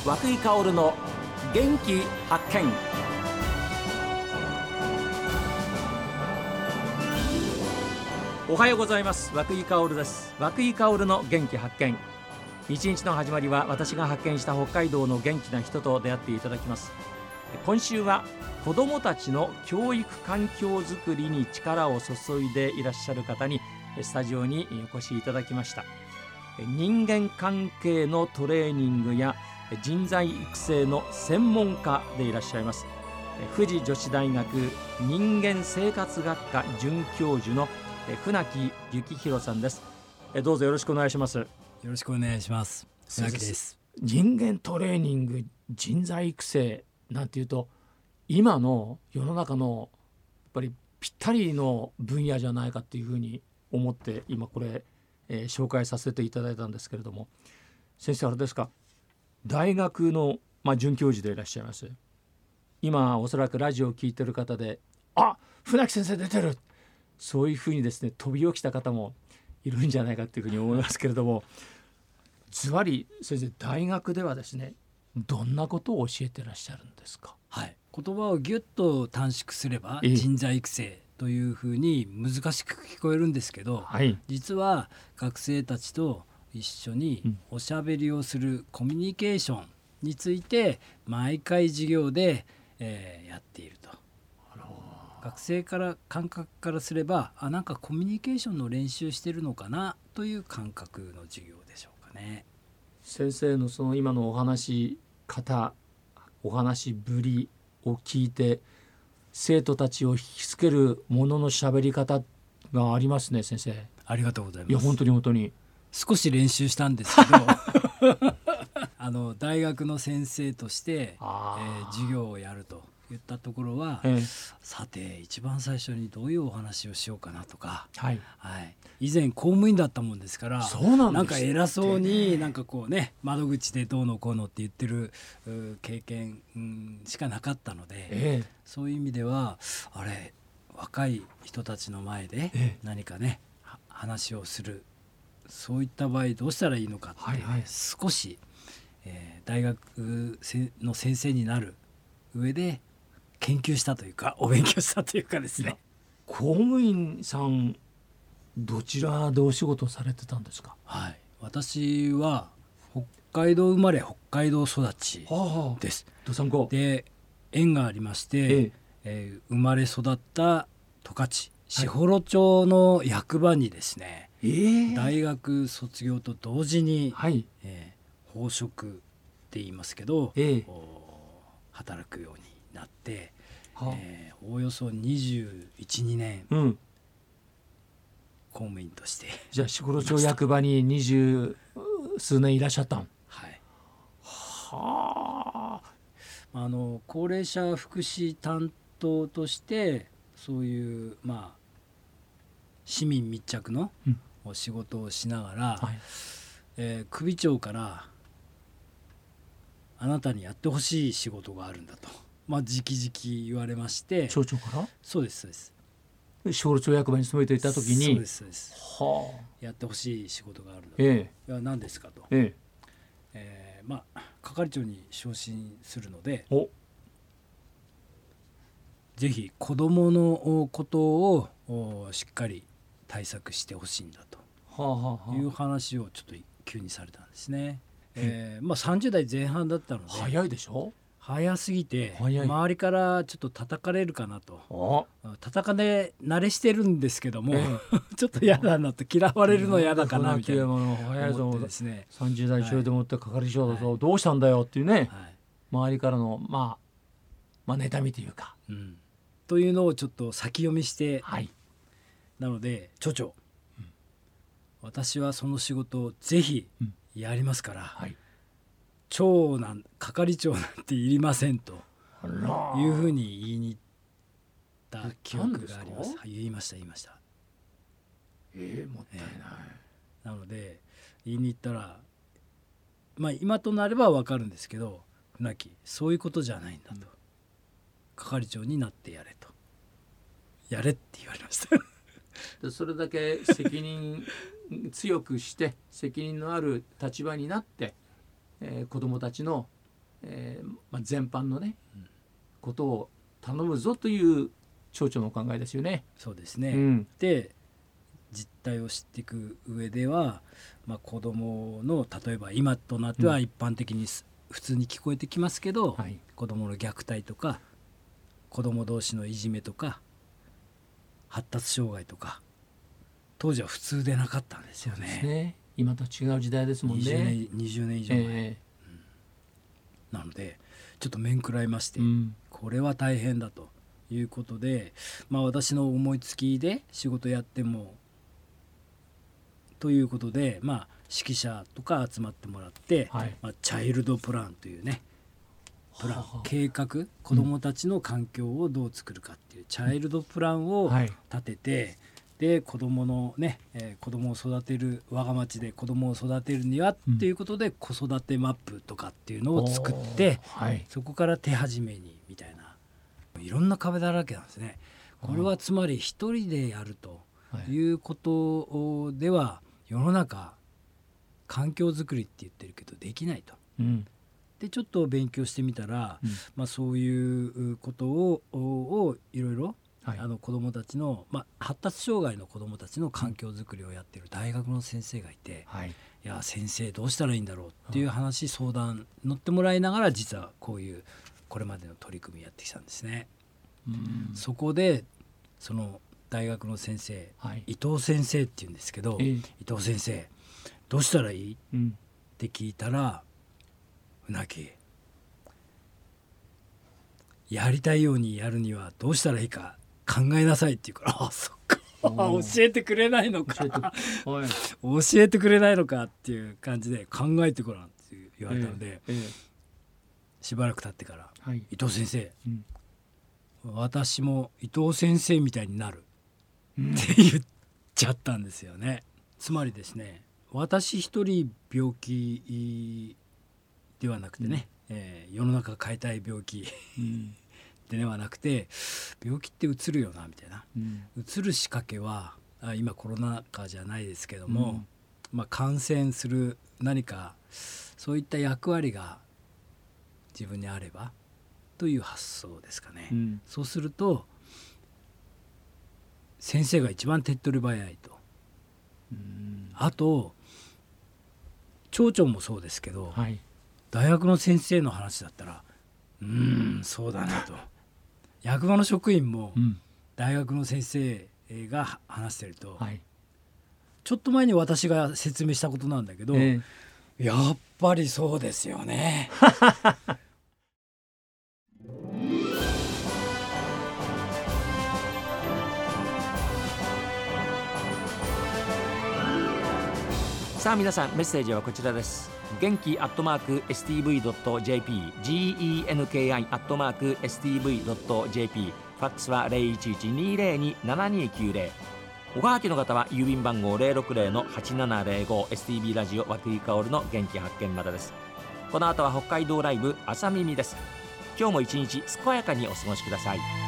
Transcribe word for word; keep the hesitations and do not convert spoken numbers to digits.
和久井薫の元気発見。おはようございます。和久井薫です。和久井薫の元気発見。一日の始まりは私が発見した北海道の元気な人と出会っていただきます。今週は子どもたちの教育環境づくりに力を注いでいらっしゃる方にスタジオにお越しいただきました。人間関係のトレーニングや人材育成の専門家でいらっしゃいます富士女子大学人間生活学科准教授の船木幸宏さんです。どうぞよろしくお願いします。 よろしくお願いします。船木です。 人間トレーニング、人材育成なんていうと今の世の中のやっぱりぴったりの分野じゃないかっていうふうに思って今これ、えー、紹介させていただいたんですけれども、先生あれですか、大学の、まあ、准教授でいらっしゃいます。今おそらくラジオを聞いてる方で、あ、船木先生出てる、そういうふうにですね飛び起きた方もいるんじゃないかというふうに思いますけれども、ずばり先生、大学ではですねどんなことを教えてらっしゃるんですか？ はい、言葉をギュッと短縮すれば人材育成というふうに難しく聞こえるんですけど、 はい、 実は学生たちと一緒におしゃべりをするコミュニケーションについて毎回授業で、えー、やっていると。学生から感覚からすれば、あ、なんかコミュニケーションの練習してるのかなという感覚の授業でしょうかね。 先生のその今のお話し方、お話ぶりを聞いて生徒たちを引きつけるものの喋り方がありますね。先生ありがとうございます。 いや本当に本当に少し練習したんですけどあの大学の先生として、えー、授業をやると言ったところは、ええ、さて一番最初にどういうお話をしようかなとか、はいはい、以前公務員だったもんですから、 そうなんです、ね、 なんか偉そうになんかこうね、窓口でどうのこうのって言ってる経験、うん、しかなかったので、ええ、そういう意味ではあれ若い人たちの前で何かね、ええ、話をする、そういった場合どうしたらいいのかって、はいはい、少し、えー、大学の先生になる上で研究したというかお勉強したというかですね。 公務員さんどちらでお仕事されてたんですか？ はい、私は北海道生まれ北海道育ちです、はあ、どさんこで縁がありまして、えええー、生まれ育った十勝士幌町の役場にですね、はい、大学卒業と同時に、はいえー、奉職って言いますけど、ええ、働くようになって、はあえー、およそにじゅういち、にねん、うん、公務員としてじゃあ士幌町役場に二十数年いらっしゃったん。 はい、 はあ、 あの高齢者福祉担当としてそういう、まあ、市民密着のお仕事をしながら、うんはいえー、首長からあなたにやってほしい仕事があるんだと、まあ、直々言われまして。 町長から？ そうですそうです。 士幌町役場に勤めていた時にそうですそうです、はあ、やってほしい仕事があるんだと、ええ、いや何ですかと、えええーまあ、係長に昇進するのでぜひ子どものことをしっかり対策してほしいんだという話をちょっと急にされたんですね。えーまあ、さんじゅう代前半だったので早いでしょ。 早すぎて周りからちょっと叩かれるかなと、叩かれ慣れしてるんですけども、えー、ちょっと嫌だなと、嫌われるの嫌だかなみたいな思ってですね、 さんじゅう代中でもって係長だと、はい、どうしたんだよっていうね、はい、周りからの、まあ、まあ妬みというか、 うん、というのをちょっと先読みして、はい、なので町長、うん、私はその仕事をぜひやりますから、うんはい長なん係長なんていりませんというふうに言いに行った記憶があります。言いました言いました。 えー、もったいない、 えー、なので言いに行ったら、まあ今となれば分かるんですけど、船木そういうことじゃないんだと、うん、係長になってやれと、やれって言われましたそれだけ責任強くして責任のある立場になってえー、子どもたちのえーまあ、全般のね、うん、ことを頼むぞという町長のお考えですよね。 そうですね、 うん、 で実態を知っていく上では、まあ、子どもの例えば今となっては一般的に普通に聞こえてきますけど、うん、はい、子どもの虐待とか子ども同士のいじめとか発達障害とか当時は普通でなかったんですよ ね, ですね。今と違う時代ですもんね。にじゅうねん、 にじゅうねん以上前、えーうん、なのでちょっと面食らいまして、うん、これは大変だということで、まあ、私の思いつきで仕事やってもということで、まあ、指揮者とか集まってもらって、はい、まあ、チャイルドプランというねプラン、はあ、計画、子どもたちの環境をどう作るかっていう、うん、チャイルドプランを立てて、はい、で子どものね、えー、子どもを育てる我が町で子どもを育てるにはっていうことで、うん、子育てマップとかっていうのを作って、はい、そこから手始めにみたいないろんな壁だらけなんですね。これはつまり一人でやるということでは世の中環境づくりって言ってるけどできないと、うん、でちょっと勉強してみたら、うん、まあ、そういうことを、をいろいろ、はい、あの子どもたちの、まあ、発達障害の子どもたちの環境づくりをやっている大学の先生がいて、はい、いや先生どうしたらいいんだろうっていう話、相談乗ってもらいながら実はこういうこれまでの取り組みやってきたんですね。うん、そこでその大学の先生、はい、伊藤先生っていうんですけど、えー、伊藤先生どうしたらいい、うん、って聞いたら、船木やりたいようにやるにはどうしたらいいか考えなさいって言うから、あ、そっか教えてくれないのか教えて、はい、教えてくれないのかっていう感じで考えてごらんって言われたので、えーえー、しばらく経ってから、はい、伊藤先生、うん、私も伊藤先生みたいになるって言っちゃったんですよね。つまりですね、私一人病気ではなくてね、うん、えー、世の中変えたい病気、うん、ではなくて、病気ってうつるよなみたいな、うん、うつる仕掛けはあ今コロナ禍じゃないですけども、うん、まあ、感染する何かそういった役割が自分にあればという発想ですかね、うん、そうすると先生が一番手っ取り早いと、うん、あと町長もそうですけど、はい、大学の先生の話だったらうーんそうだなと役場の職員も大学の先生が話してると、はい、ちょっと前に私が説明したことなんだけど、えー、やっぱりそうですよねさあ皆さん、メッセージはこちらです。元気アットマーク エスティーブイドットジェーピー genki アットマーク エスティーブイドットジェーピー、 ファックスは ゼロいちいち にゼロに ななにきゅうゼロ、おはがきの方は郵便番号 ゼロろくゼロのはちななゼロご エスティービー ラジオ和久井薫の元気発見までです。この後は北海道ライブ朝耳です。今日も一日健やかにお過ごしください。